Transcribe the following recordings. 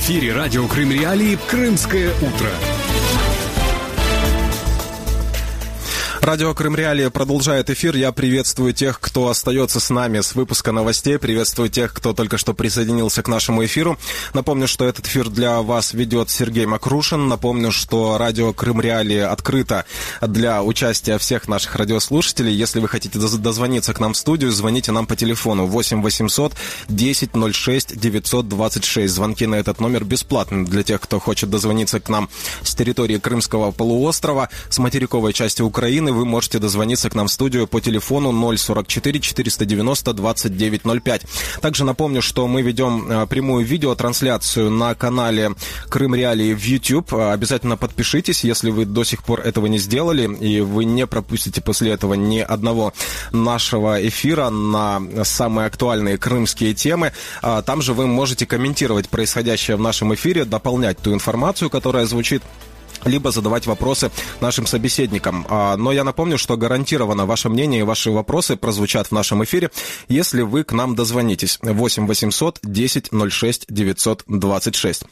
эфире радио Крым Реалии «Крымское утро». Радио Крым Реалии продолжает эфир. Я приветствую тех, кто остается с нами с выпуска новостей. Приветствую тех, кто только что присоединился к нашему эфиру. Напомню, что этот эфир для вас ведет Сергей Макрушин. Напомню, что радио Крым Реалии открыто для участия всех наших радиослушателей. Если вы хотите дозвониться к нам в студию, звоните нам по телефону 8 800 10 06 926. Звонки на этот номер бесплатны для тех, кто хочет дозвониться к нам с территории Крымского полуострова, с материковой части Украины. Вы можете дозвониться к нам в студию по телефону 044 490 2905. Также напомню, что мы ведем прямую видеотрансляцию на канале Крым Реалии в YouTube. Обязательно подпишитесь, если вы до сих пор этого не сделали, и вы не пропустите после этого ни одного нашего эфира на самые актуальные крымские темы. Там же вы можете комментировать происходящее в нашем эфире, дополнять ту информацию, которая звучит, либо задавать вопросы нашим собеседникам. Но я напомню, что гарантированно ваше мнение и ваши вопросы прозвучат в нашем эфире, если вы к нам дозвонитесь. 8 800 10 06 926.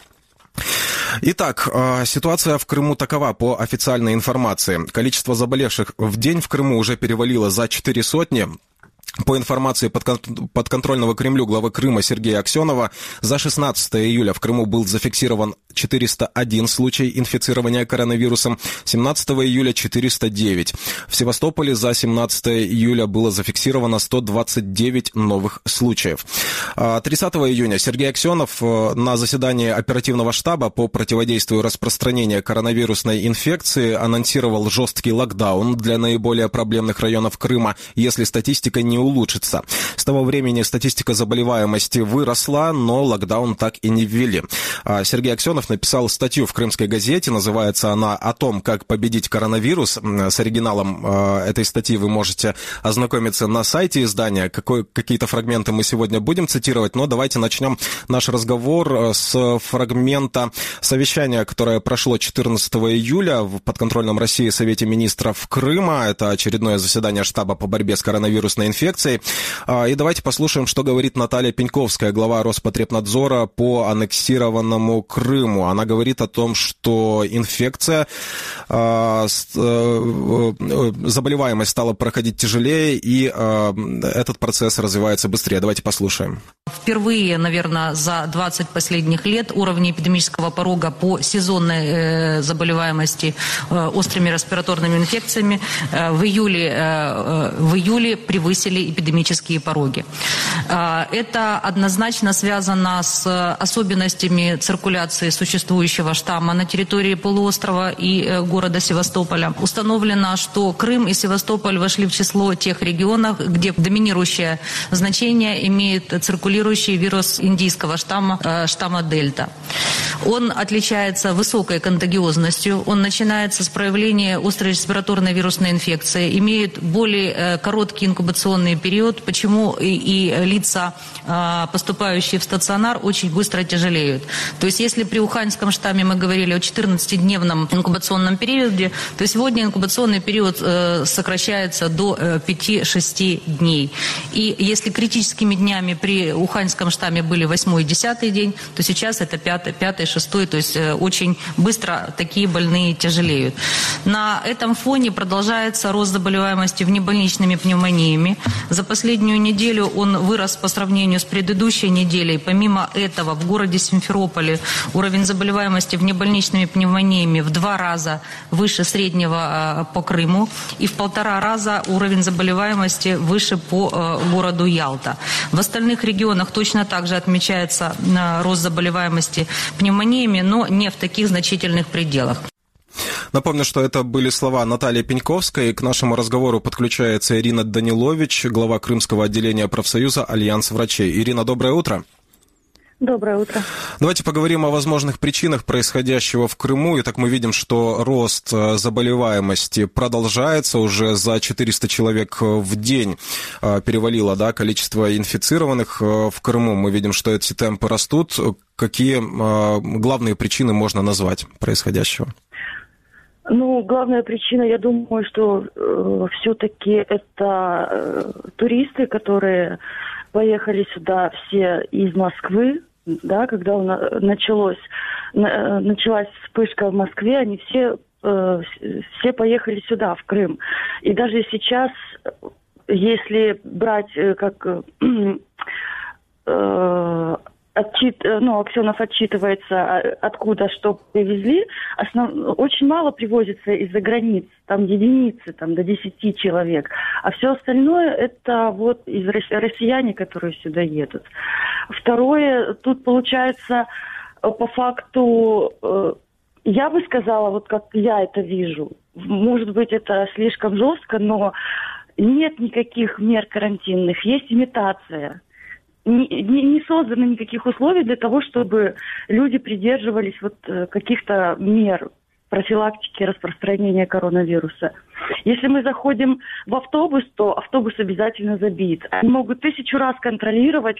Итак, ситуация в Крыму такова по официальной информации. Количество заболевших в день в Крыму уже перевалило за 400. По информации подконтрольного Кремлю главы Крыма Сергея Аксенова, за 16 июля в Крыму был зафиксирован 401 случай инфицирования коронавирусом, 17 июля 409. В Севастополе за 17 июля было зафиксировано 129 новых случаев. 30 июня Сергей Аксенов на заседании оперативного штаба по противодействию распространению коронавирусной инфекции анонсировал жесткий локдаун для наиболее проблемных районов Крыма, если статистика не улучшится. С того времени статистика заболеваемости выросла, но локдаун так и не ввели. Сергей Аксенов написал статью в «Крымской газете», называется она «О том, как победить коронавирус». С оригиналом этой статьи вы можете ознакомиться на сайте издания. Какие-то фрагменты мы сегодня будем цитировать, но давайте начнем наш разговор с фрагмента совещания, которое прошло 14 июля в подконтрольном России Совете министров Крыма. Это очередное заседание штаба по борьбе с коронавирусной инфекцией. И давайте послушаем, что говорит Наталья Пеньковская, глава Роспотребнадзора по аннексированному Крыму. Она говорит о том, что инфекция, заболеваемость стала проходить тяжелее, и этот процесс развивается быстрее. Давайте послушаем. Впервые, наверное, за 20 последних лет уровни эпидемического порога по сезонной заболеваемости острыми респираторными инфекциями в июле превысили эпидемические пороги. Это однозначно связано с особенностями циркуляции существующего штамма на территории полуострова и города Севастополя. Установлено, что Крым и Севастополь вошли в число тех регионов, где доминирующее значение имеет циркулирующий вирус индийского штамма Дельта. Он отличается высокой контагиозностью, он начинается с проявления острой респираторной вирусной инфекции, имеет более короткий инкубационный период, почему и лица, поступающие в стационар, очень быстро тяжелеют. То есть если при уханьском штамме мы говорили о 14-дневном инкубационном периоде, то сегодня инкубационный период сокращается до 5-6 дней. И если критическими днями при уханьском штамме были 8 и 10 день, то сейчас это 5, 6, то есть очень быстро такие больные тяжелеют. На этом фоне продолжается рост заболеваемости внебольничными пневмониями. За последнюю неделю он вырос по сравнению с предыдущей неделей. Помимо этого, в городе Симферополе уровень заболеваемости внебольничными пневмониями в 2 раза выше среднего по Крыму и в 1,5 раза уровень заболеваемости выше по городу Ялта. В остальных регионах точно так же отмечается рост заболеваемости пневмониями, но не в таких значительных пределах. Напомню, что это были слова Натальи Пеньковской. К нашему разговору подключается Ирина Данилович, глава Крымского отделения профсоюза «Альянс врачей». Ирина, доброе утро. Доброе утро. Давайте поговорим о возможных причинах происходящего в Крыму. Итак, мы видим, что рост заболеваемости продолжается. Уже за 400 человек в день перевалило, количество инфицированных в Крыму. Мы видим, что эти темпы растут. Какие главные причины можно назвать происходящего? Главная причина, я думаю, что все-таки это туристы, которые поехали сюда все из Москвы, да, когда началась вспышка в Москве, они все поехали сюда, в Крым. И даже сейчас, если брать Аксенов отчитывается, откуда что привезли, очень мало привозится из-за границ, там единицы, там до 10 человек. А все остальное это вот из россияне, которые сюда едут. Второе, тут получается по факту, я бы сказала, вот как я это вижу, может быть это слишком жестко, но нет никаких мер карантинных, есть имитация. Не создано никаких условий для того, чтобы люди придерживались вот каких-то мер профилактики распространения коронавируса. Если мы заходим в автобус, то автобус обязательно забит. Они могут 1000 раз контролировать,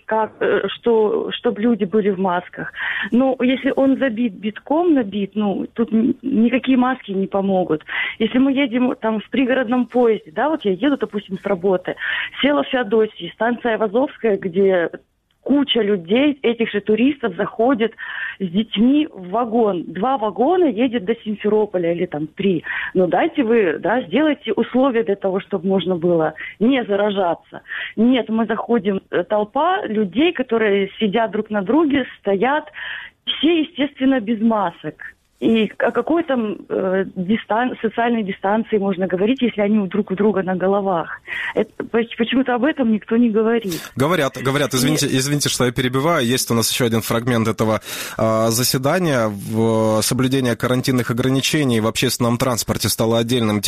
чтобы люди были в масках. Но если он забит, битком набит, тут никакие маски не помогут. Если мы едем там в пригородном поезде, да, вот я еду, допустим, с работы, села в Феодосии, станция Айвазовская, где куча людей, этих же туристов, заходит с детьми в вагон. 2 вагона едет до Симферополя или там 3. Но дайте вы, да, сделайте условия для того, чтобы можно было не заражаться. Нет, мы заходим, толпа людей, которые сидят друг на друге, стоят, все, естественно, без масок. И о какой там социальной дистанции можно говорить, если они друг у друга на головах? Почему-то об этом никто не говорит. Говорят. Извините, что я перебиваю. Есть у нас еще один фрагмент этого заседания. Соблюдение карантинных ограничений в общественном транспорте стало отдельной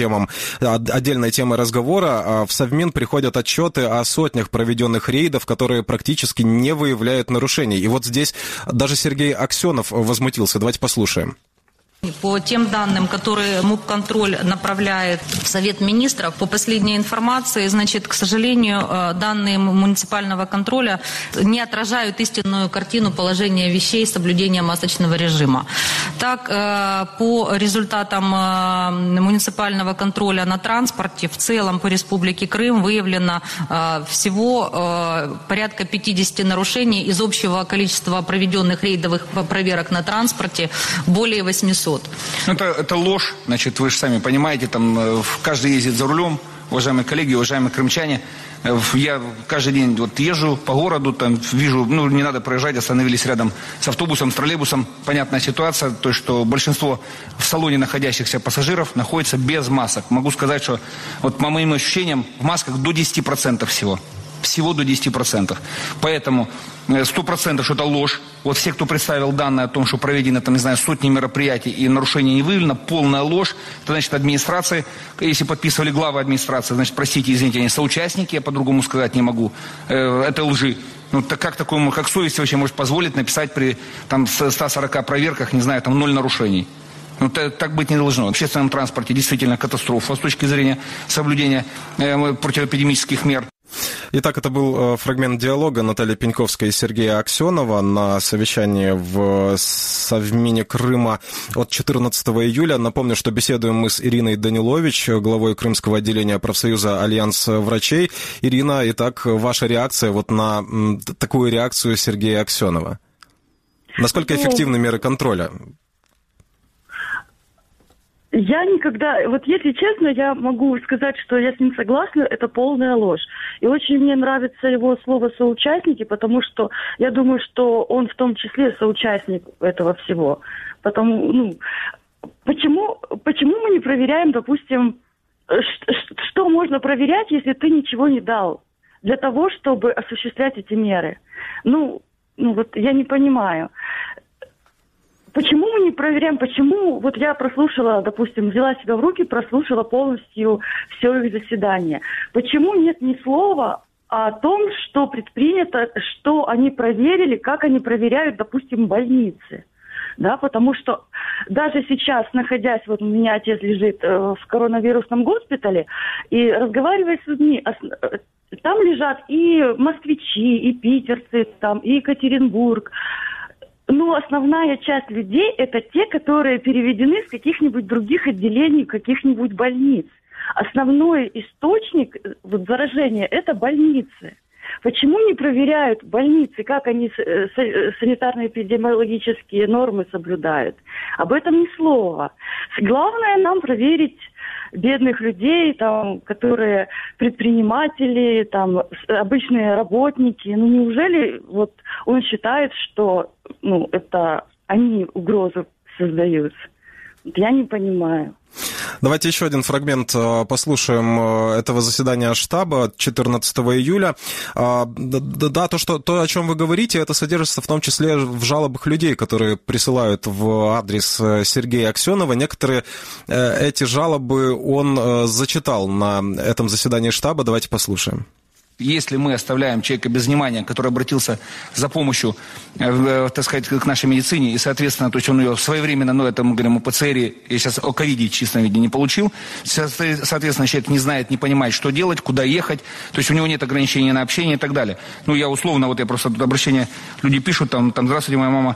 темой разговора. В Совмин приходят отчеты о сотнях проведенных рейдов, которые практически не выявляют нарушений. И вот здесь даже Сергей Аксенов возмутился. Давайте послушаем. По тем данным, которые МУП-контроль направляет в Совет Министров, по последней информации, к сожалению, данные муниципального контроля не отражают истинную картину положения вещей соблюдения масочного режима. Так, по результатам муниципального контроля на транспорте, в целом по Республике Крым выявлено всего порядка 50 нарушений из общего количества проведенных рейдовых проверок на транспорте более 800. Это ложь, вы же сами понимаете, каждый ездит за рулем, уважаемые коллеги, уважаемые крымчане. Я каждый день езжу по городу, вижу, не надо проезжать, остановились рядом с автобусом, с троллейбусом. Понятная ситуация, то, что большинство в салоне находящихся пассажиров находится без масок. Могу сказать, что по моим ощущениям в масках до 10% всего. Всего до 10%. Поэтому 100% что это ложь. Все, кто представил данные о том, что проведено, сотни мероприятий и нарушений не выявлено, полная ложь. Это значит, администрации, если подписывали главы администрации, простите, извините, они соучастники, я по-другому сказать не могу. Это лжи. Как совесть вообще может позволить написать при 140 проверках, 0 нарушений? Так быть не должно. В общественном транспорте действительно катастрофа с точки зрения соблюдения противоэпидемических мер. Итак, это был фрагмент диалога Натальи Пеньковской и Сергея Аксенова на совещании в Совмине Крыма от 14 июля. Напомню, что беседуем мы с Ириной Данилович, главой Крымского отделения профсоюза «Альянс врачей». Ирина, итак, ваша реакция на такую реакцию Сергея Аксенова? Насколько эффективны меры контроля? Я никогда, если честно, я могу сказать, что я с ним согласна, это полная ложь. И очень мне нравится его слово «соучастники», потому что я думаю, что он в том числе соучастник этого всего. Почему мы не проверяем, допустим, что можно проверять, если ты ничего не дал для того, чтобы осуществлять эти меры? Я не понимаю. Почему мы не проверяем, почему я прослушала, допустим, взяла себя в руки, прослушала полностью все их заседание. Почему нет ни слова о том, что предпринято, что они проверили, как они проверяют, допустим, больницы? Да, потому что даже сейчас, находясь, у меня отец лежит в коронавирусном госпитале, и разговаривая с людьми, там лежат и москвичи, и питерцы, и Екатеринбург. Основная часть людей – это те, которые переведены с каких-нибудь других отделений, каких-нибудь больниц. Основной источник заражения – это больницы. Почему не проверяют больницы, как они санитарно-эпидемиологические нормы соблюдают? Об этом ни слова. Главное нам проверить бедных людей, там, которые предприниматели, там, обычные работники. Ну, неужели вот он считает, что это они угрозу создают? Я не понимаю. Давайте еще один фрагмент послушаем этого заседания штаба 14 июля. Да, то, о чем вы говорите, это содержится в том числе в жалобах людей, которые присылают в адрес Сергея Аксенова. Некоторые эти жалобы он зачитал на этом заседании штаба. Давайте послушаем. Если мы оставляем человека без внимания, который обратился за помощью, так сказать, к нашей медицине, и, соответственно, то есть он ее своевременно, это мы говорим о ПЦРе, я сейчас о ковиде в чистом виде не получил, соответственно, человек не знает, не понимает, что делать, куда ехать, то есть у него нет ограничений на общение и так далее. Я условно, я просто тут обращение, люди пишут, там, здравствуйте,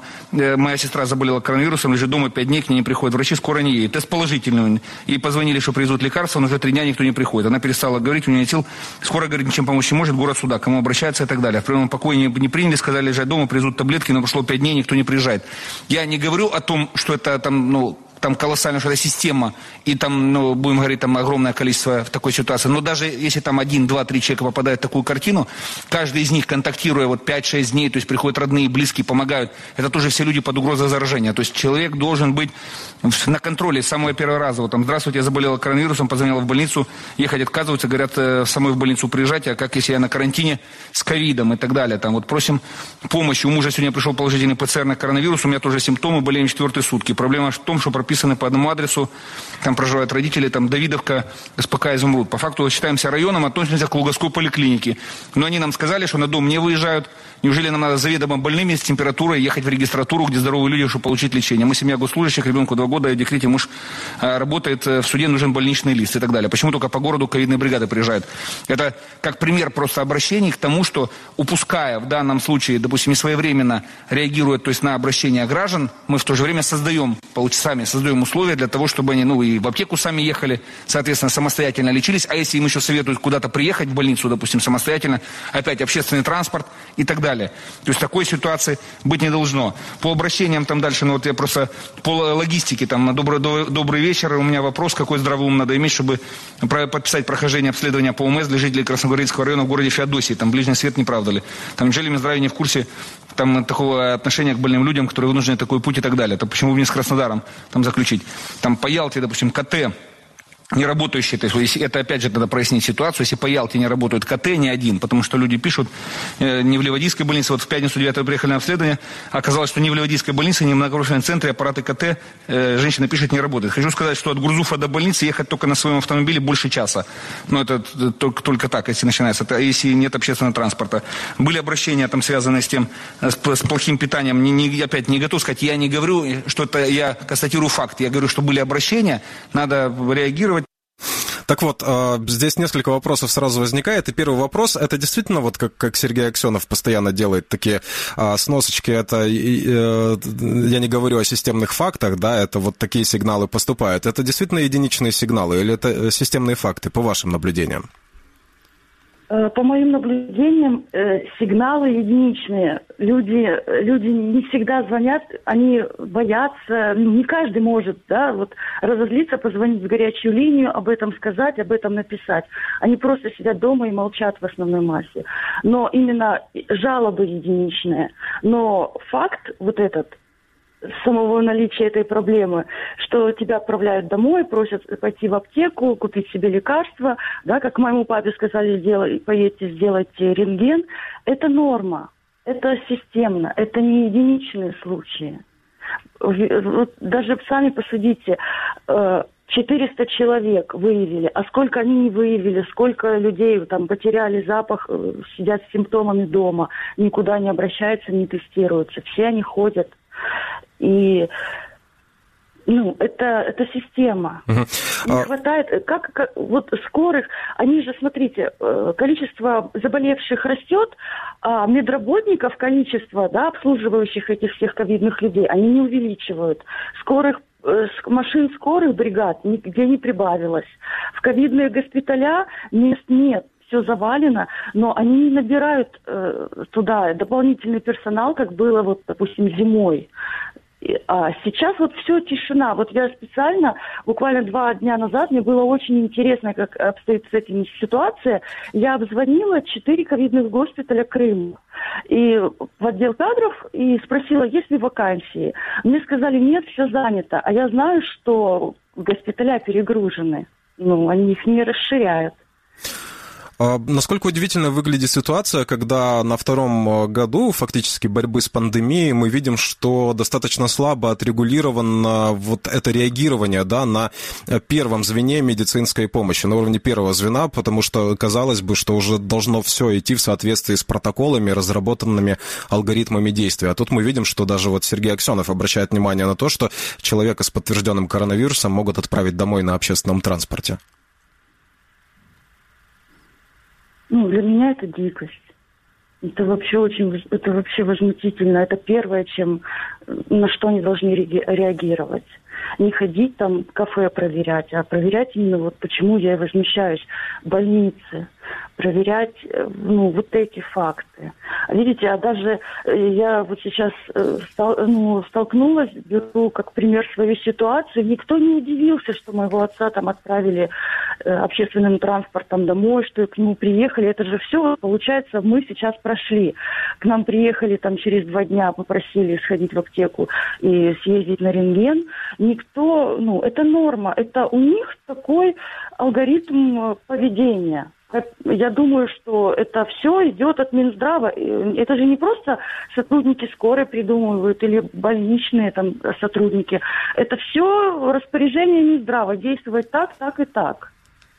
моя сестра заболела коронавирусом, лежит дома 5 дней, к ней не приходят врачи, скоро не едет, тест положительный, и позвонили, что привезут лекарства, но уже 3 дня никто не приходит. Она перестала говорить, у нее нет сил, скоро, говорит, ничем помочь не может, город суда, кому обращаться и так далее. В приемном покое не приняли, сказали лежать дома, привезут таблетки, но прошло 5 дней, никто не приезжает. Я не говорю о том, что это там колоссально, что это система, и там, будем говорить, там огромное количество в такой ситуации. Но даже если там 1, 2, 3 человека попадают в такую картину, каждый из них, контактируя 5-6 дней, то есть приходят родные, близкие, помогают, это тоже все люди под угрозой заражения. То есть человек должен быть на контроле с самого первого раза. Здравствуйте, я заболела коронавирусом, позвонила в больницу, ехать отказываются, говорят, самой в больницу приезжать, а как если я на карантине с ковидом и так далее. Просим помощи. У мужа сегодня пришел положительный ПЦР на коронавирус, у меня тоже симптомы, болеем 4-е сутки. Проблема в том, что прописаны по одному адресу, там проживают родители, там Давидовка, СПК «Изумруд». По факту считаемся районом, относимся к Луговской поликлинике. Но они нам сказали, что на дом не выезжают. Неужели нам надо заведомо больными с температурой ехать в регистратуру, где здоровые люди, чтобы получить лечение? Мы семья госслужащих, ребенку 2 года, в декрете, муж работает, в суде нужен больничный лист и так далее. Почему только по городу ковидные бригады приезжают? Это как пример просто обращений к тому, что упуская в данном случае, допустим, несвоевременно реагируя, то есть на обращения граждан, мы в то же время создаем условия для того, чтобы они, и в аптеку сами ехали, соответственно, самостоятельно лечились, а если им еще советуют куда-то приехать в больницу, допустим, самостоятельно, опять общественный транспорт и так далее. То есть такой ситуации быть не должно. По обращениям там дальше, я просто по логистике, добрый вечер, у меня вопрос, какой здравый ум надо иметь, чтобы подписать прохождение обследования по ОМС для жителей Красногвардейского района в городе Феодосии, там ближний свет, не правда ли? Там неужели Минздрав не в курсе такого отношения к больным людям, которые вынуждены такой путь и так далее. То почему бы не с Краснодаром заключить? По Ялте, допустим, КТ не работающие, то есть это опять же надо прояснить ситуацию, если по Ялте не работают КТ, ни один, потому что люди пишут, не в Ливадийской больнице, в пятницу 9-го приехали на обследование, оказалось, что ни в Ливадийской больнице, ни в многопрофильном центре аппараты КТ, женщина пишет, не работает. Хочу сказать, что от Гурзуфа до больницы ехать только на своем автомобиле больше часа. Но это только так, если начинается, если нет общественного транспорта. Были обращения связанные с тем, с плохим питанием, опять не готов сказать, я не говорю, что это я констатирую факт, я говорю, что были обращения, надо реагировать. Так вот, здесь несколько вопросов сразу возникает. И первый вопрос, это действительно, как Сергей Аксенов постоянно делает такие сносочки, это, я не говорю о системных фактах, да, это такие сигналы поступают. Это действительно единичные сигналы или это системные факты, по вашим наблюдениям? По моим наблюдениям, сигналы единичные. Люди не всегда звонят, они боятся. Не каждый может, разозлиться, позвонить в горячую линию, об этом сказать, об этом написать. Они просто сидят дома и молчат в основной массе. Но именно жалобы единичные. Но факт этот, самого наличия этой проблемы, что тебя отправляют домой, просят пойти в аптеку, купить себе лекарства, как моему папе сказали, поедьте, сделайте рентген, это норма, это системно, это не единичные случаи. Даже сами посудите, 400 человек выявили, а сколько они не выявили, сколько людей потеряли запах, сидят с симптомами дома, никуда не обращаются, не тестируются, все они ходят. И это система. Не хватает. Скорых, они же, смотрите, количество заболевших растет, а медработников количество, обслуживающих этих всех ковидных людей, они не увеличивают. Машин скорых бригад нигде не прибавилось. В ковидные госпиталя мест нет. все завалено, но они не набирают туда дополнительный персонал, как было, вот, допустим, зимой. А сейчас вот все тишина. Вот я специально, буквально 2 дня назад, мне было очень интересно, как обстоит с этим ситуация. Я обзвонила 4 ковидных госпиталя Крыма и в отдел кадров и спросила, есть ли вакансии. Мне сказали, нет, все занято. А я знаю, что госпиталя перегружены. Они их не расширяют. Насколько удивительно выглядит ситуация, когда на 2-м году фактически борьбы с пандемией мы видим, что достаточно слабо отрегулировано вот это реагирование, да, на первом звене медицинской помощи, на уровне первого звена, потому что казалось бы, что уже должно все идти в соответствии с протоколами, разработанными алгоритмами действия. А тут мы видим, что даже вот Сергей Аксенов обращает внимание на то, что человека с подтвержденным коронавирусом могут отправить домой на общественном транспорте. Для меня это дикость. Это вообще возмутительно. Это первое, на что они должны реагировать. Не ходить там в кафе проверять, а проверять именно вот почему я и возмущаюсь. Больницы. Проверять, вот эти факты. Видите, а даже я вот сейчас столкнулась, беру как пример свою ситуацию, никто не удивился, что моего отца там отправили общественным транспортом домой, что к нему приехали. Это же все, получается, мы сейчас прошли. К нам приехали там через 2 дня, попросили сходить в аптеку и съездить на рентген. Никто, это норма, это у них такой алгоритм поведения. Я думаю, что это все идет от Минздрава. Это же не просто сотрудники скорой придумывают или больничные там сотрудники. Это все распоряжение Минздрава. Действовать так, так и так.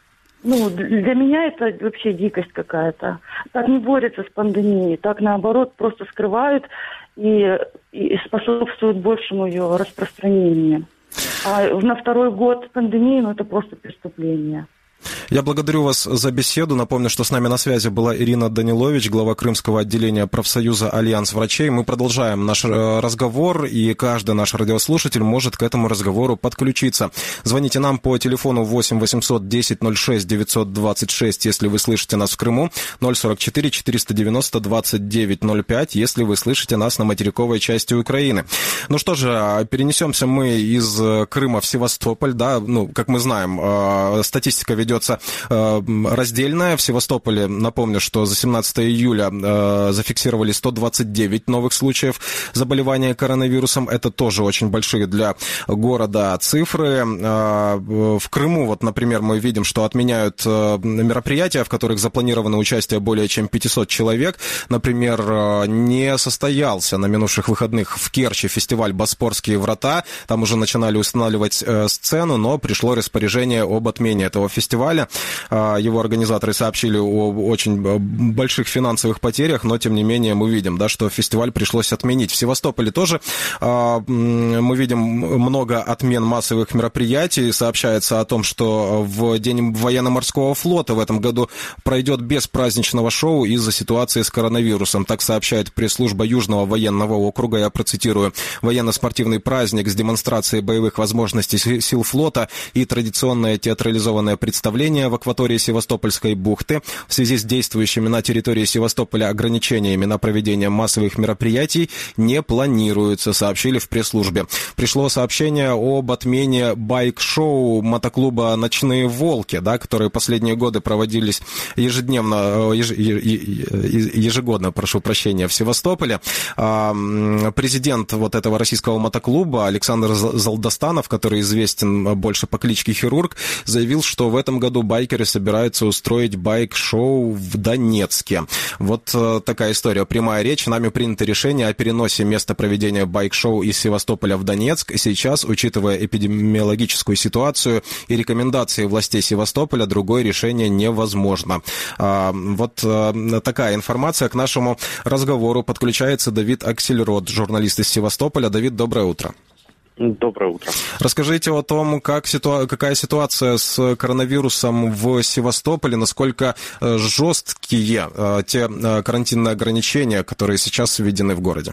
Для меня это вообще дикость какая-то. Так не борются с пандемией, так наоборот просто скрывают и способствуют большему ее распространению. А на 2-й год пандемии, это просто преступление. Я благодарю вас за беседу. Напомню, что с нами на связи была Ирина Данилович, глава Крымского отделения профсоюза «Альянс врачей». Мы продолжаем наш разговор, и каждый наш радиослушатель может к этому разговору подключиться. Звоните нам по телефону 8 800 10 06 926, если вы слышите нас в Крыму, 044 490 29 05, если вы слышите нас на материковой части Украины. Ну что же, перенесемся мы из Крыма в Севастополь. Да, как мы знаем, статистика ведется раздельная. В Севастополе, напомню, что за 17 июля зафиксировали 129 новых случаев заболевания коронавирусом. Это тоже очень большие для города цифры. В Крыму, например, мы видим, что отменяют мероприятия, в которых запланировано участие более чем 500 человек. Например, не состоялся на минувших выходных в Керчи фестиваль «Босфорские врата». Там уже начинали устанавливать сцену, но пришло распоряжение об отмене этого фестиваля. Его организаторы сообщили о очень больших финансовых потерях, но, тем не менее, мы видим, что фестиваль пришлось отменить. В Севастополе тоже мы видим много отмен массовых мероприятий. Сообщается о том, что в День военно-морского флота в этом году пройдет без праздничного шоу из-за ситуации с коронавирусом. Так сообщает пресс-служба Южного военного округа. Я процитирую. Военно-спортивный праздник с демонстрацией боевых возможностей сил флота и традиционное театрализованное представление в акватории Севастопольской бухты в связи с действующими на территории Севастополя ограничениями на проведение массовых мероприятий не планируется, сообщили в пресс-службе. Пришло сообщение об отмене байк-шоу мотоклуба «Ночные волки», которые последние годы проводились ежегодно, в Севастополе. Президент этого российского мотоклуба Александр Залдостанов, который известен больше по кличке Хирург, заявил, что в этом году байкеры собираются устроить байк-шоу в Донецке. Вот такая история. Прямая речь. Нами принято решение о переносе места проведения байк-шоу из Севастополя в Донецк. Сейчас, учитывая эпидемиологическую ситуацию и рекомендации властей Севастополя, другое решение невозможно. Вот такая информация. К нашему разговору подключается Давид Аксельрод, журналист из Севастополя. Давид, доброе утро. Доброе утро. Расскажите о том, какая ситуация с коронавирусом в Севастополе, насколько жесткие те карантинные ограничения, которые сейчас введены в городе.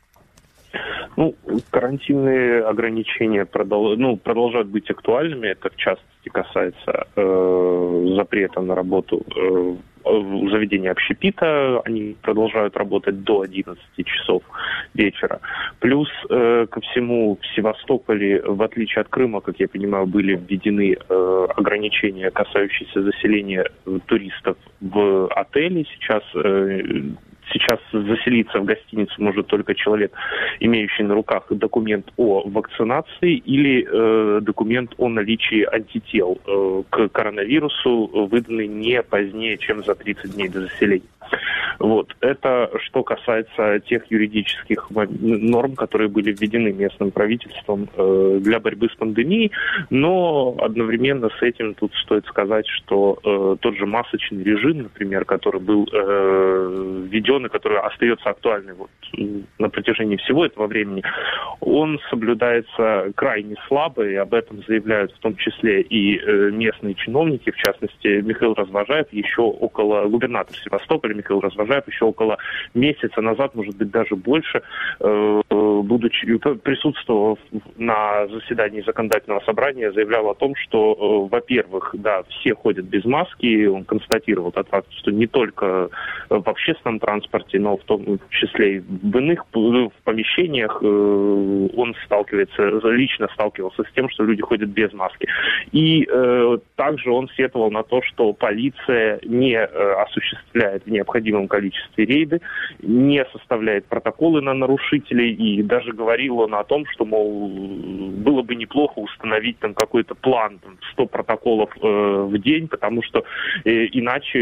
Карантинные ограничения продолжают быть актуальными. Это в частности касается запрета на работу у заведения общепита, они продолжают работать до 11 часов вечера. Плюс ко всему в Севастополе, в отличие от Крыма, как я понимаю, были введены ограничения, касающиеся заселения туристов в отели. Сейчас заселиться в гостиницу может только человек, имеющий на руках документ о вакцинации или документ о наличии антител к коронавирусу, выданный не позднее, чем за 30 дней до заселения. Вот. Это что касается тех юридических норм, которые были введены местным правительством для борьбы с пандемией, но одновременно с этим тут стоит сказать, что тот же масочный режим, например, который был введен и который остается актуальным вот на протяжении всего этого времени, он соблюдается крайне слабо, и об этом заявляют в том числе и местные чиновники, в частности, Михаил Развожаев, губернатор Севастополя Михаил Развожаев еще около месяца назад, может быть, даже больше, присутствовав на заседании законодательного собрания, заявлял о том, что, во-первых, да, все ходят без маски, он констатировал тот факт, что не только в общественном транспорте, но в том числе и в иных помещениях он лично сталкивался с тем, что люди ходят без маски. И также он сетовал на то, что полиция не осуществляет в необходимом количестве рейды, не составляет протоколы на нарушителей, и даже говорил он о том, что, мол, было бы неплохо установить там какой-то план, 100 протоколов в день, потому что иначе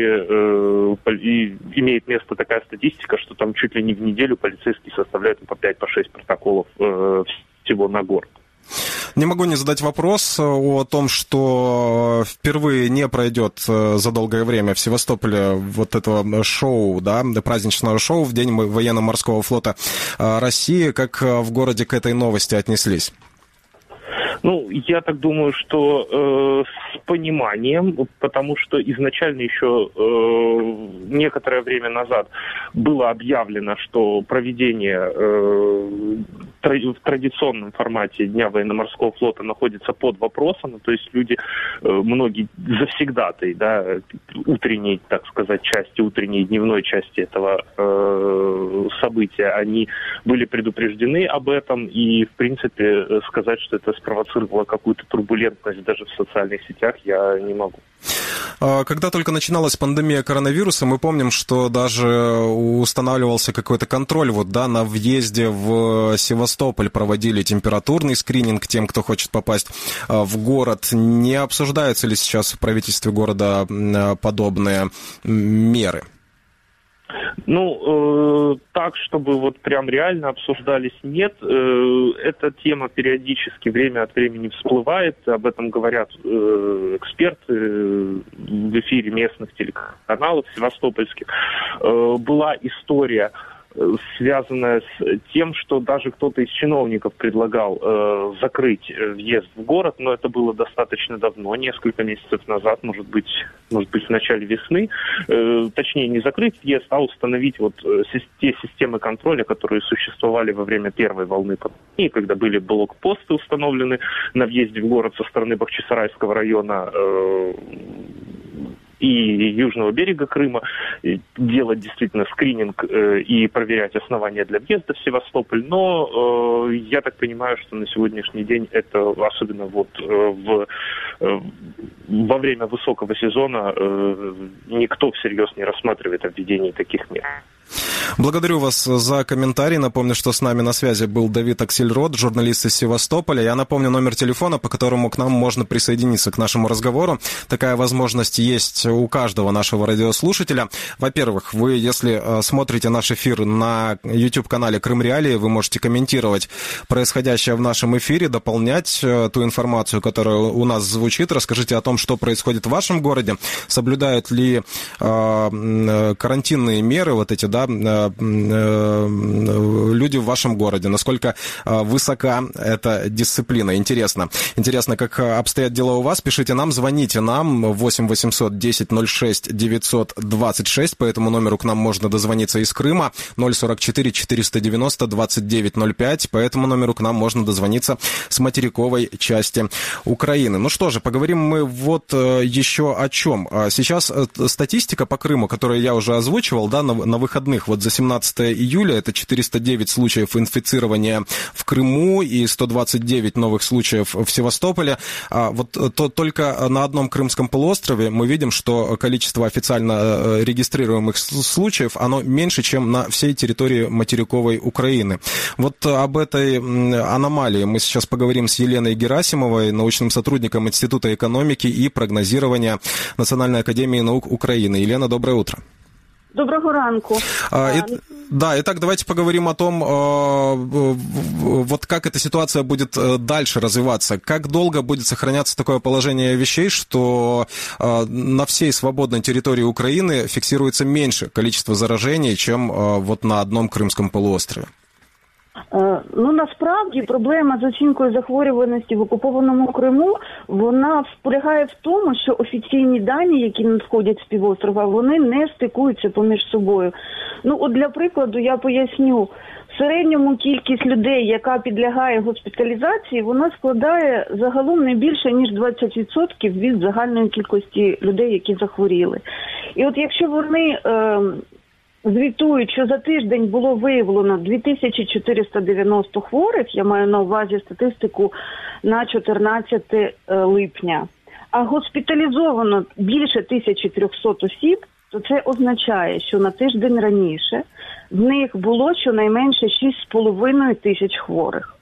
имеет место такая статистика, что там чуть ли не в неделю полицейские составляют по 5-6 протоколов всего на город. Не могу не задать вопрос о том, что впервые не пройдет за долгое время в Севастополе вот этого шоу, да, праздничного шоу в День военно-морского флота России. Как в городе к этой новости отнеслись? Ну, я так думаю, что с пониманием, потому что изначально еще некоторое время назад было объявлено, что проведение в традиционном формате Дня военно-морского флота находится под вопросом, то есть люди, многие завсегдатые, да, утренней, так сказать, части, утренней дневной части этого события, они были предупреждены об этом, и, в принципе, сказать, что это спровоцировало какую-то турбулентность даже в социальных сетях, я не могу. Когда только начиналась пандемия коронавируса, мы помним, что даже устанавливался какой-то контроль на въезде в Севастополь, проводили температурный скрининг тем, кто хочет попасть в город. Не обсуждаются ли сейчас в правительстве города подобные меры? Ну, так, чтобы вот прям реально обсуждались, нет. Эта тема периодически время от времени всплывает, об этом говорят эксперты в эфире местных телеканалов севастопольских. Была история, связанная с тем, что даже кто-то из чиновников предлагал закрыть въезд в город, но это было достаточно давно, несколько месяцев назад, может быть в начале весны. Точнее, не закрыть въезд, а установить вот те системы контроля, которые существовали во время первой волны пандемии, когда были блокпосты установлены на въезде в город со стороны Бахчисарайского района и южного берега Крыма, делать действительно скрининг и проверять основания для въезда в Севастополь. Но я так понимаю, что на сегодняшний день это, особенно вот во время высокого сезона, никто всерьез не рассматривает о введении таких мер. Благодарю вас за комментарий. Напомню, что с нами на связи был Давид Аксельрод, журналист из Севастополя. Я напомню номер телефона, по которому к нам можно присоединиться к нашему разговору. Такая возможность есть у каждого нашего радиослушателя. Во-первых, вы, если смотрите наш эфир на YouTube-канале Крым Реалии, вы можете комментировать происходящее в нашем эфире, дополнять ту информацию, которая у нас звучит. Расскажите о том, что происходит в вашем городе, соблюдают ли карантинные меры, вот эти, да, люди в вашем городе, насколько высока эта дисциплина. Интересно, как обстоят дела у вас. Пишите нам, звоните нам 8 800 10 06 926. По этому номеру к нам можно дозвониться из Крыма. 044 490 2905. По этому номеру к нам можно дозвониться с материковой части Украины. Ну что же, поговорим мы вот еще о чем. Сейчас статистика по Крыму, которую я уже озвучивал, да, на выходных, вот за 17 июля, это 409 случаев инфицирования в Крыму и 129 новых случаев в Севастополе. Вот только на одном Крымском полуострове мы видим, что количество официально регистрируемых случаев, оно меньше, чем на всей территории материковой Украины. Вот об этой аномалии мы сейчас поговорим с Еленой Герасимовой, научным сотрудником Института экономики и прогнозирования Национальной академии наук Украины. Елена, доброе утро. Доброго ранку. Итак, давайте поговорим о том, вот как эта ситуация будет дальше развиваться. Как долго будет сохраняться такое положение вещей, что на всей свободной территории Украины фиксируется меньше количество заражений, чем вот на одном Крымском полуострове? Насправді проблема з оцінкою захворюваності в окупованому Криму, вона полягає в тому, що офіційні дані, які надходять з півострова, вони не стикуються поміж собою. Для прикладу я поясню. В середньому кількість людей, яка підлягає госпіталізації, вона складає загалом не більше, ніж 20% від загальної кількості людей, які захворіли. І от якщо вони звітують, що за тиждень було виявлено 2490 хворих, я маю на увазі статистику на 14 липня, а госпіталізовано більше 1300 осіб, то це означає, що на тиждень раніше в них було щонайменше 6,5 тисяч хворих.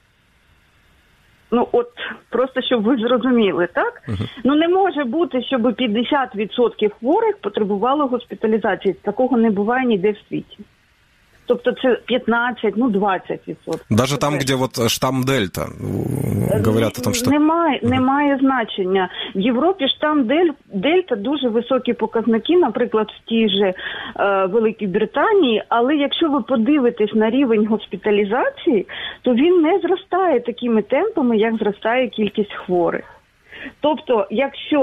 Просто щоб ви зрозуміли, так? Не може бути, щоб 50% хворих потребувало госпіталізації. Такого не буває ніде в світі. Тобто це 15, 20%. Даже там, де штам Дельта, говорять о том, що... Немає значення. В Європі штам Дельта дуже високі показники, наприклад, в тій же Великій Британії, але якщо ви подивитесь на рівень госпіталізації, то він не зростає такими темпами, як зростає кількість хворих. Тобто, якщо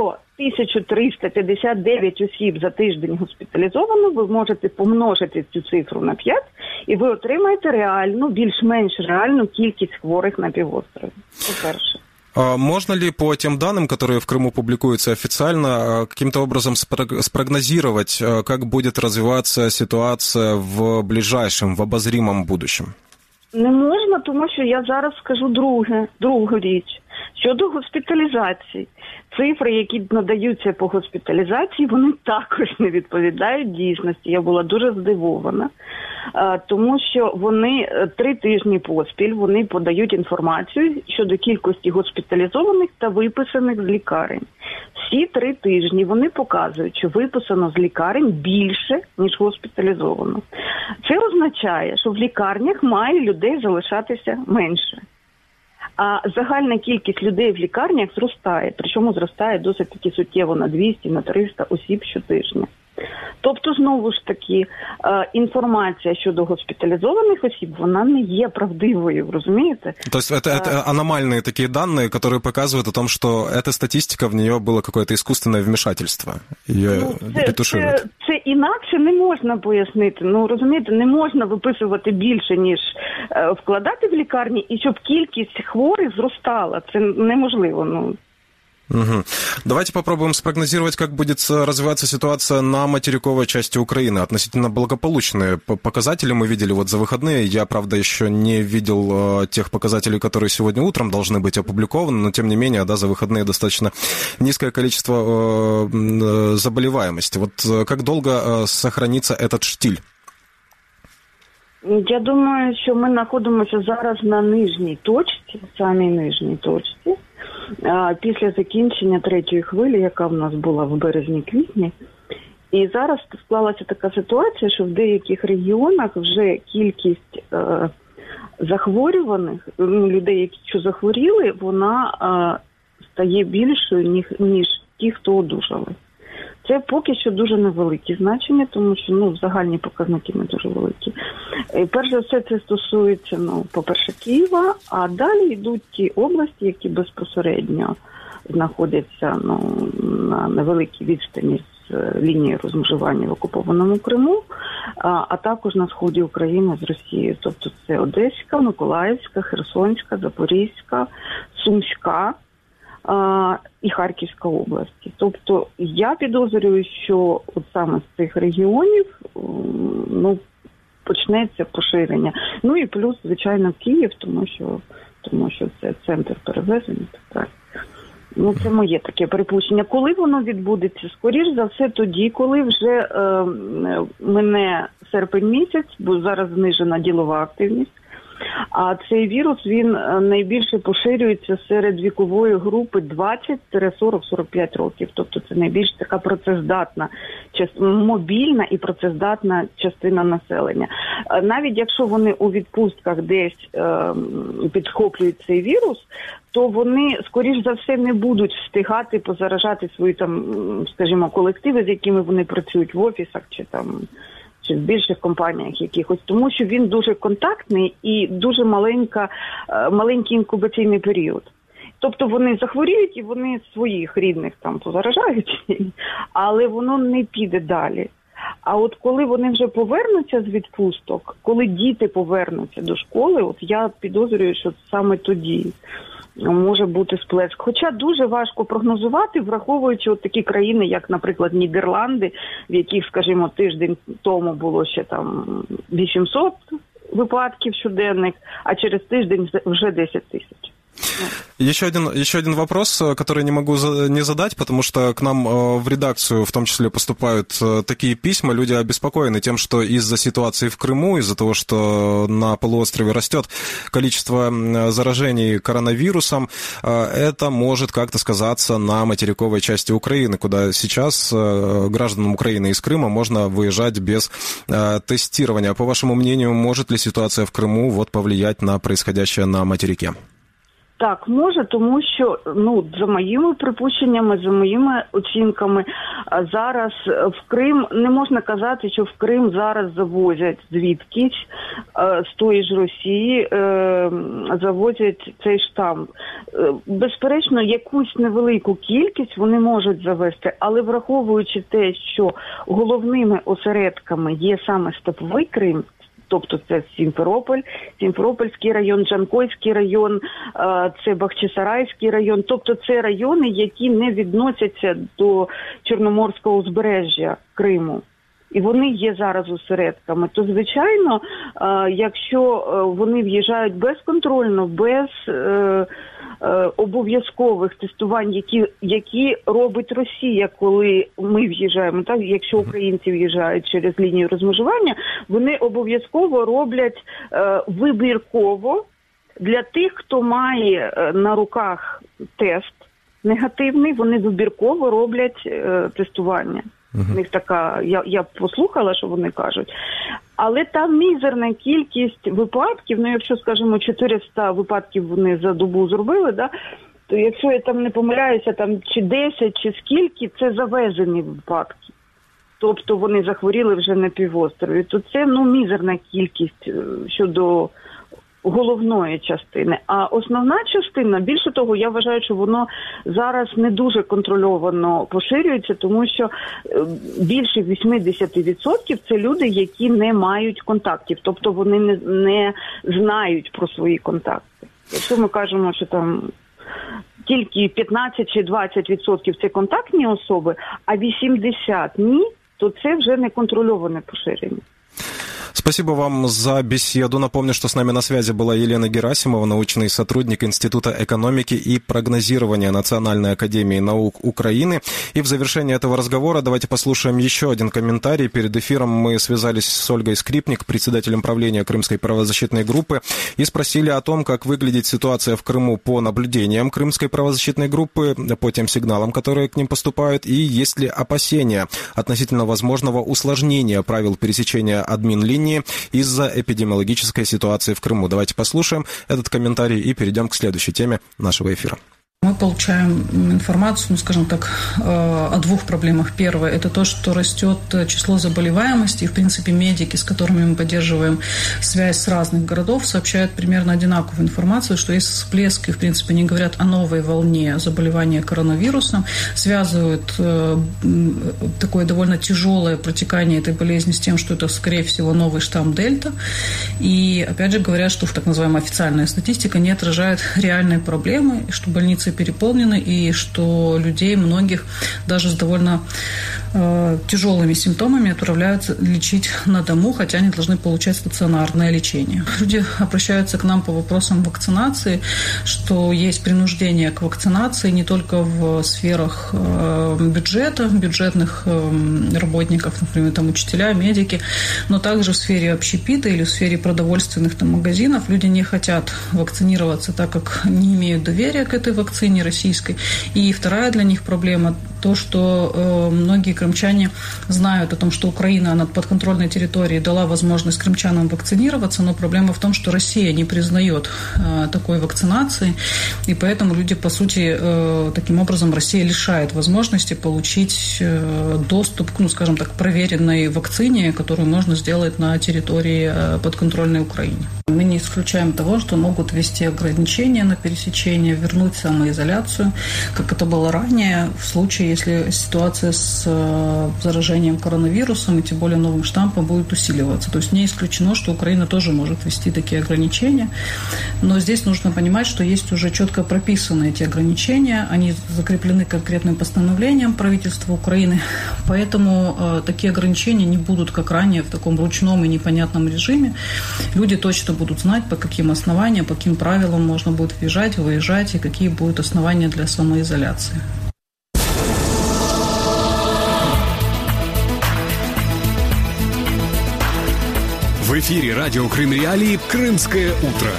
1359 осіб за тиждень госпіталізовано, ви можете помножити цю цифру на 5, і ви отримаєте реальну, більш-менш реальну кількість хворих на півострові. Це перше. Можно ли по тем данным, которые в Крыму публикуются официально, каким-то образом спрогнозировать, как будет развиваться ситуация в ближайшем, в обозримом будущем? Не можна, тому що я зараз скажу другу річ. Щодо госпіталізації, цифри, які надаються по госпіталізації, вони також не відповідають дійсності. Я була дуже здивована, тому що вони 3 тижні поспіль вони подають інформацію щодо кількості госпіталізованих та виписаних з лікарень. Всі 3 тижні вони показують, що виписано з лікарень більше, ніж госпіталізовано. Це означає, що в лікарнях має людей залишатися менше. А загальна кількість людей в лікарнях зростає, причому зростає досить таки суттєво на 200, на 300 осіб щотижня. Тобто, знову ж таки, інформація щодо госпіталізованих осіб, вона не є правдивою, розумієте? То есть это аномальные такие данные, которые показывают о том, что эта статистика, в нее было какое-то искусственное вмешательство, ее ретушируют. Це інакше не можна пояснити. Розумієте, не можна виписувати більше, ніж вкладати в лікарні, і щоб кількість хворих зростала. Це неможливо, Угу. Давайте попробуем спрогнозировать, как будет развиваться ситуация на материковой части Украины. Относительно благополучные показатели мы видели вот за выходные. Я, правда, еще не видел тех показателей, которые сегодня утром должны быть опубликованы, но, тем не менее, за выходные достаточно низкое количество заболеваемости. Вот как долго сохранится этот штиль? Я думаю, що ми знаходимося зараз на нижній точці, самій нижній точці. Після закінчення 3-ї хвилі, яка в нас була в березні-квітні. І зараз склалася така ситуація, що в деяких регіонах вже кількість захворюваних, людей, які захворіли, вона стає більшою, ніж ті, хто одужали. Це поки що дуже невеликі значення, тому що загальні показники не дуже великі. Перш за все, це стосується, по-перше, Києва, а далі йдуть ті області, які безпосередньо знаходяться на невеликій відстані з лінії розмежування в окупованому Криму, а також на сході України з Росією. Тобто це Одеська, Миколаївська, Херсонська, Запорізька, Сумська і Харківська області. Тобто я підозрюю, що от саме з цих регіонів почнеться поширення. І плюс, звичайно, Київ, тому що це центр перевезення. Так. Це моє таке припущення. Коли воно відбудеться? Скоріш за все тоді, коли вже мине серпень місяць, бо зараз знижена ділова активність. А цей вірус, він найбільше поширюється серед вікової групи 20-40-45 років. Тобто це найбільш така працездатна, мобільна і працездатна частина населення. Навіть якщо вони у відпустках десь підхоплюють цей вірус, то вони, скоріш за все, не будуть встигати позаражати свої скажімо, колективи, з якими вони працюють в офісах чи в більших компаніях якихось, тому що він дуже контактний і дуже маленький інкубаційний період. Тобто вони захворіють і вони своїх рідних позаражають, але воно не піде далі. А от коли вони вже повернуться з відпусток, коли діти повернуться до школи, от я підозрюю, що саме тоді може бути сплеск. Хоча дуже важко прогнозувати, враховуючи от такі країни, як, наприклад, Нідерланди, в яких, скажімо, тиждень тому було ще 800 випадків щоденних, а через тиждень вже 10 тисяч. Еще один вопрос, который не могу не задать, потому что к нам в редакцию в том числе поступают такие письма. Люди обеспокоены тем, что из-за ситуации в Крыму, из-за того, что на полуострове растет количество заражений коронавирусом, это может как-то сказаться на материковой части Украины, куда сейчас гражданам Украины из Крыма можно выезжать без тестирования. По вашему мнению, может ли ситуация в Крыму повлиять на происходящее на материке? Так, може, тому що, за моїми припущеннями, за моїми оцінками, зараз в Крим, не можна казати, що в Крим зараз завозять звідкись, з тої ж Росії, завозять цей штам. Безперечно, якусь невелику кількість вони можуть завести, але враховуючи те, що головними осередками є саме Степовий Крим, тобто це Сімферополь, Сімферопольський район, Джанкойський район, це Бахчисарайський район. Тобто це райони, які не відносяться до Чорноморського узбережжя Криму. І вони є зараз осередками. То, звичайно, якщо вони в'їжджають безконтрольно, без обов'язкових тестувань, які робить Росія, коли ми в'їжджаємо, так, якщо українці в'їжджають через лінію розмежування, вони обов'язково роблять вибірково для тих, хто має на руках тест негативний, вони вибірково роблять тестування. У них така, я послухала, що вони кажуть. Але там мізерна кількість випадків, якщо, скажімо, 400 випадків вони за добу зробили, да, то якщо я не помиляюся, чи 10, чи скільки, це завезені випадки. Тобто вони захворіли вже на півострові. То це, мізерна кількість щодо головної частини. А основна частина, більше того, я вважаю, що воно зараз не дуже контрольовано поширюється, тому що більше 80% це люди, які не мають контактів, тобто вони не знають про свої контакти. Якщо ми кажемо, що тільки 15 чи 20% це контактні особи, а 80% ні, то це вже неконтрольоване поширення. Спасибо вам за беседу. Напомню, что с нами на связи была Елена Герасимова, научный сотрудник Института экономики и прогнозирования Национальной академии наук Украины. И в завершении этого разговора давайте послушаем еще один комментарий. Перед эфиром мы связались с Ольгой Скрипник, председателем правления Крымской правозащитной группы, и спросили о том, как выглядит ситуация в Крыму по наблюдениям Крымской правозащитной группы, по тем сигналам, которые к ним поступают, и есть ли опасения относительно возможного усложнения правил пересечения админ-линии из-за эпидемиологической ситуации в Крыму. Давайте послушаем этот комментарий и перейдем к следующей теме нашего эфира. Мы получаем информацию, скажем так, о двух проблемах. Первое – это то, что растет число заболеваемости. И, в принципе, медики, с которыми мы поддерживаем связь с разных городов, сообщают примерно одинаковую информацию, что есть всплеск, и, в принципе, они говорят о новой волне заболевания коронавирусом, связывают такое довольно тяжелое протекание этой болезни с тем, что это, скорее всего, новый штамм Дельта. И, опять же, говорят, что так называемая официальная статистика не отражает реальные проблемы, что больницы переполнены, и что людей многих даже с довольно тяжелыми симптомами отправляют лечить на дому, хотя они должны получать стационарное лечение. Люди обращаются к нам по вопросам вакцинации, что есть принуждение к вакцинации не только в сферах бюджета, бюджетных работников, например, там учителя, медики, но также в сфере общепита или в сфере продовольственных там магазинов. Люди не хотят вакцинироваться, так как не имеют доверия к этой вакцине российской. И вторая для них проблема – то, что многие крымчане знают о том, что Украина на подконтрольной территории дала возможность крымчанам вакцинироваться, но проблема в том, что Россия не признает такой вакцинации, и поэтому люди, по сути, таким образом Россия лишает возможности получить доступ к, скажем так, проверенной вакцине, которую можно сделать на территории подконтрольной Украины. Мы не исключаем того, что могут ввести ограничения на пересечение, вернуть самоизоляцию, как это было ранее, в случае, если ситуация с заражением коронавирусом и тем более новым штампом будет усиливаться. То есть не исключено, что Украина тоже может ввести такие ограничения. Но здесь нужно понимать, что есть уже четко прописаны эти ограничения. Они закреплены конкретным постановлением правительства Украины. Поэтому такие ограничения не будут, как ранее, в таком ручном и непонятном режиме. Люди точно будут знать, по каким основаниям, по каким правилам можно будет въезжать, выезжать и какие будут основания для самоизоляции. В эфире радио Крым Реалии «Крымское утро».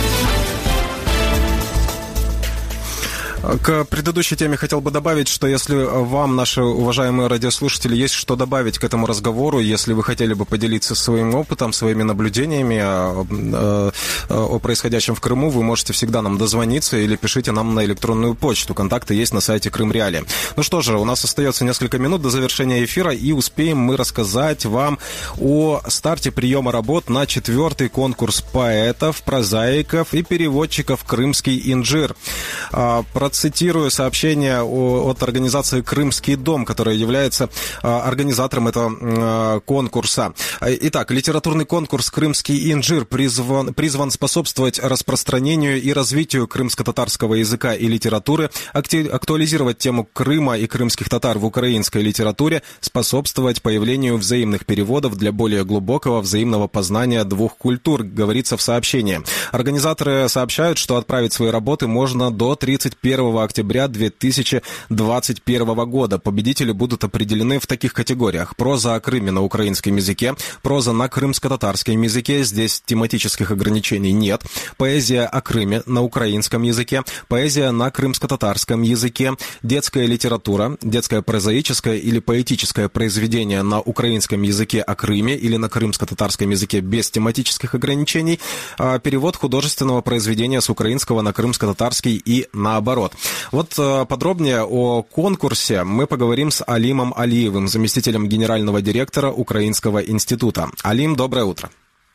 К предыдущей теме хотел бы добавить, что если вам, наши уважаемые радиослушатели, есть что добавить к этому разговору, если вы хотели бы поделиться своим опытом, своими наблюдениями о происходящем в Крыму, вы можете всегда нам дозвониться или пишите нам на электронную почту. Контакты есть на сайте Крым Реалии. Ну что же, у нас остается несколько минут до завершения эфира, и успеем мы рассказать вам о старте приема работ на 4-й конкурс поэтов, прозаиков и переводчиков «Крымский инжир». Процитирую сообщение от организации «Крымский дом», которая является организатором этого конкурса. Итак, литературный конкурс «Крымский инжир» призван способствовать распространению и развитию крымско-татарского языка и литературы, актуализировать тему Крыма и крымских татар в украинской литературе, способствовать появлению взаимных переводов для более глубокого взаимного познания двух культур, говорится в сообщении. Организаторы сообщают, что отправить свои работы можно до 31 октября 2021 года. Победители будут определены в таких категориях: проза о Крыме на украинском языке, проза на крымско-татарском языке, здесь тематических ограничений нет, поэзия о Крыме на украинском языке, поэзия на крымско-татарском языке, детская литература, детское прозаическое или поэтическое произведение на украинском языке о Крыме или на крымско-татарском языке без тематических ограничений, перевод художественного произведения с украинского на крымско-татарский и наоборот. Вот подробнее о конкурсе мы поговорим с Алимом Алиевым, заместителем генерального директора Украинского института. Алим, доброе утро.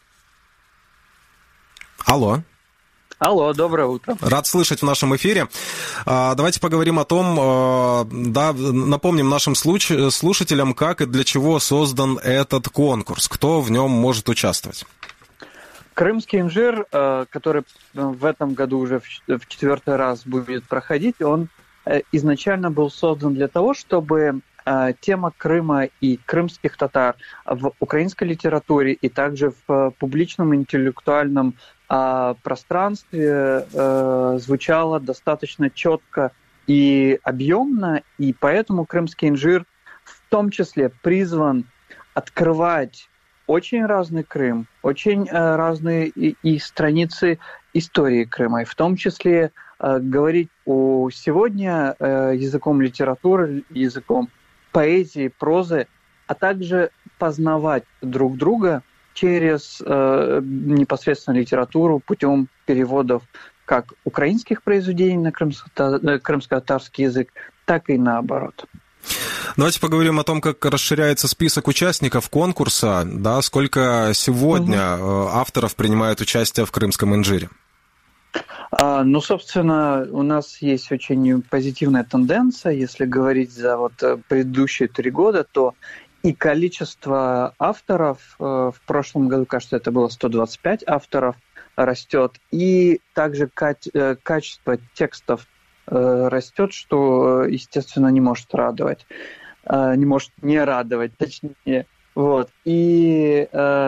Алло. Алло, доброе утро. Рад слышать в нашем эфире. Давайте поговорим о том, напомним нашим слушателям, как и для чего создан этот конкурс, кто в нем может участвовать. Крымский инжир, который в этом году уже в 4-й раз будет проходить, он изначально был создан для того, чтобы тема Крыма и крымских татар в украинской литературе и также в публичном интеллектуальном пространстве звучала достаточно четко и объемно, и поэтому Крымский инжир в том числе призван открывать очень разный Крым, очень разные и страницы истории Крыма, и в том числе говорить сегодня языком литературы, языком поэзии, прозы, а также познавать друг друга через непосредственно литературу путем переводов как украинских произведений на крымско-татарский язык, так и наоборот. Давайте поговорим о том, как расширяется список участников конкурса, да, сколько сегодня авторов принимают участие в крымском инжире. Ну, собственно, у нас есть очень позитивная тенденция. Если говорить за предыдущие 3 года, то и количество авторов, в прошлом году, кажется, это было 125 авторов, растет, и также качество текстов растет, что, естественно, не может радовать. Не может не радовать, точнее. И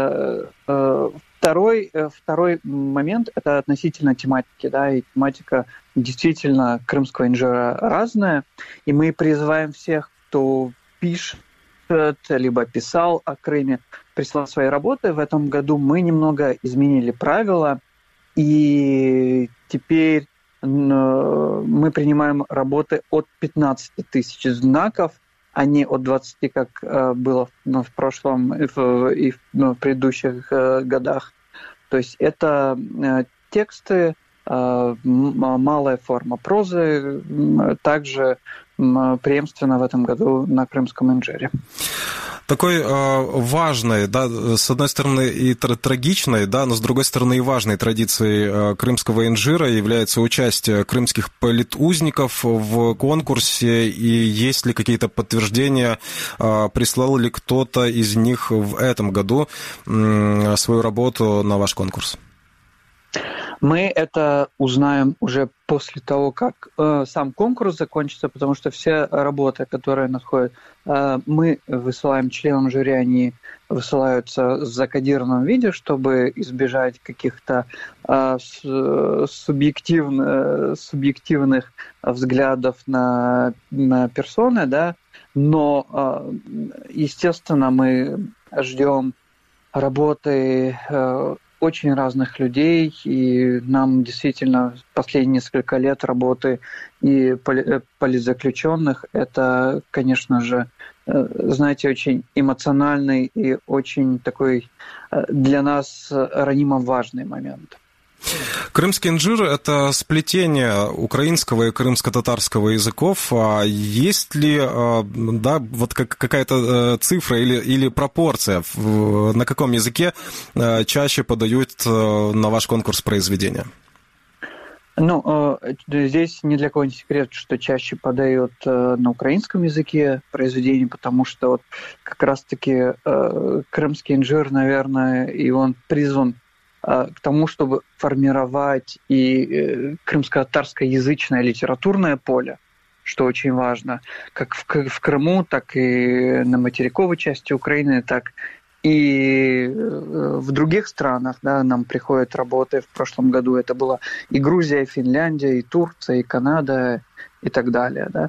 второй момент – это относительно тематики. Да, и тематика действительно крымского инжира разная. И мы призываем всех, кто пишет, либо писал о Крыме, прислал свои работы. В этом году мы немного изменили правила, и теперь мы принимаем работы от 15 тысяч знаков, а не от 20, как было в прошлом и в предыдущих годах. То есть это тексты, малая форма прозы, также преемственно в этом году на крымском инжире. Такой важной, да, с одной стороны и трагичной, да, но с другой стороны и важной традицией крымского инжира является участие крымских политузников в конкурсе. И есть ли какие-то подтверждения, прислал ли кто-то из них в этом году свою работу на ваш конкурс? Мы это узнаем уже после того, как сам конкурс закончится, потому что все работы, которые надходят, мы высылаем членам жюри, они высылаются в закодированном виде, чтобы избежать каких-то субъективных взглядов на персоны, да. Но, естественно, мы ждем работы очень разных людей, и нам действительно последние несколько лет работы и политзаключенных, это, конечно же, знаете, очень эмоциональный и очень такой для нас ранимо важный момент. Крымский инжир – это сплетение украинского и крымско-татарского языков. Есть ли, да, какая-то цифра или пропорция, на каком языке чаще подают на ваш конкурс произведения? Здесь ни для кого не секрет, что чаще подают на украинском языке произведения, потому что как раз-таки крымский инжир, наверное, и он призван к тому, чтобы формировать и крымско-татарскоязычное литературное поле, что очень важно, как в Крыму, так и на материковой части Украины, так и в других странах. Да, нам приходят работы. В прошлом году это была и Грузия, и Финляндия, и Турция, и Канада, и так далее. Да.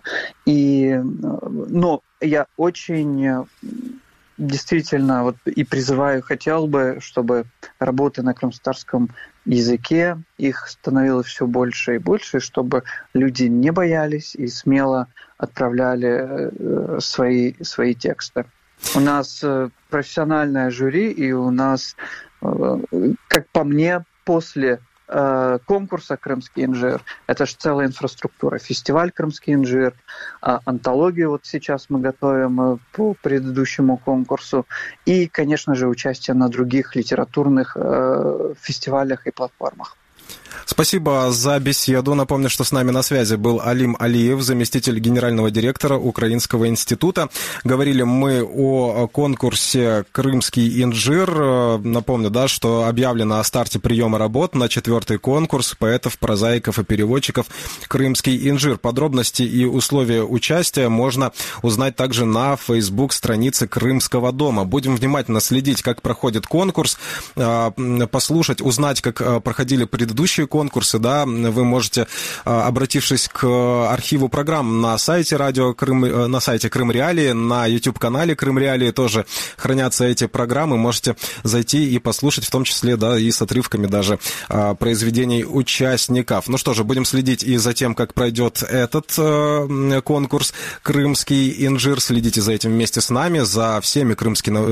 Но я очень действительно и призываю, хотел бы, чтобы работы на крымско-татарском языке, их становилось все больше и больше, чтобы люди не боялись и смело отправляли свои тексты. У нас профессиональное жюри, и у нас, как по мне, после конкурса «Крымский инжир». Это же целая инфраструктура. Фестиваль «Крымский инжир», антологию сейчас мы готовим по предыдущему конкурсу. И, конечно же, участие на других литературных фестивалях и платформах. Спасибо за беседу. Напомню, что с нами на связи был Алим Алиев, заместитель генерального директора Украинского института. Говорили мы о конкурсе «Крымский инжир». Напомню, да, что объявлено о старте приема работ на 4-й конкурс поэтов, прозаиков и переводчиков «Крымский инжир». Подробности и условия участия можно узнать также на Facebook-странице Крымского дома. Будем внимательно следить, как проходит конкурс, послушать, узнать, как проходили предыдущие конкурсы, да, вы можете, обратившись к архиву программ на сайте Радио Крым, на сайте Крым Реалии, на YouTube-канале Крым Реалии тоже хранятся эти программы, можете зайти и послушать, в том числе, да, и с отрывками даже произведений участников. Ну что же, будем следить и за тем, как пройдет этот конкурс «Крымский инжир». Следите за этим вместе с нами, за всеми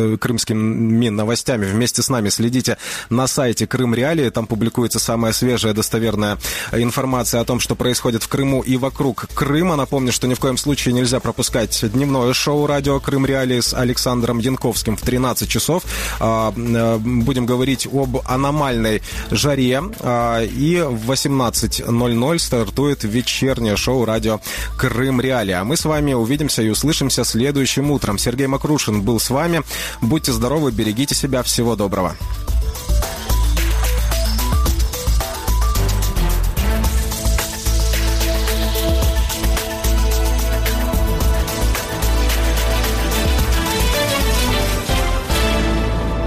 крымскими новостями вместе с нами. Следите на сайте Крым Реалии, там публикуется самая свежая свежая достоверная информация о том, что происходит в Крыму и вокруг Крыма. Напомню, что ни в коем случае нельзя пропускать дневное шоу «Радио Крым Реалии» с Александром Янковским в 13 часов. Будем говорить об аномальной жаре. И в 18:00 стартует вечернее шоу «Радио Крым Реалии». А мы с вами увидимся и услышимся следующим утром. Сергей Макрушин был с вами. Будьте здоровы, берегите себя. Всего доброго.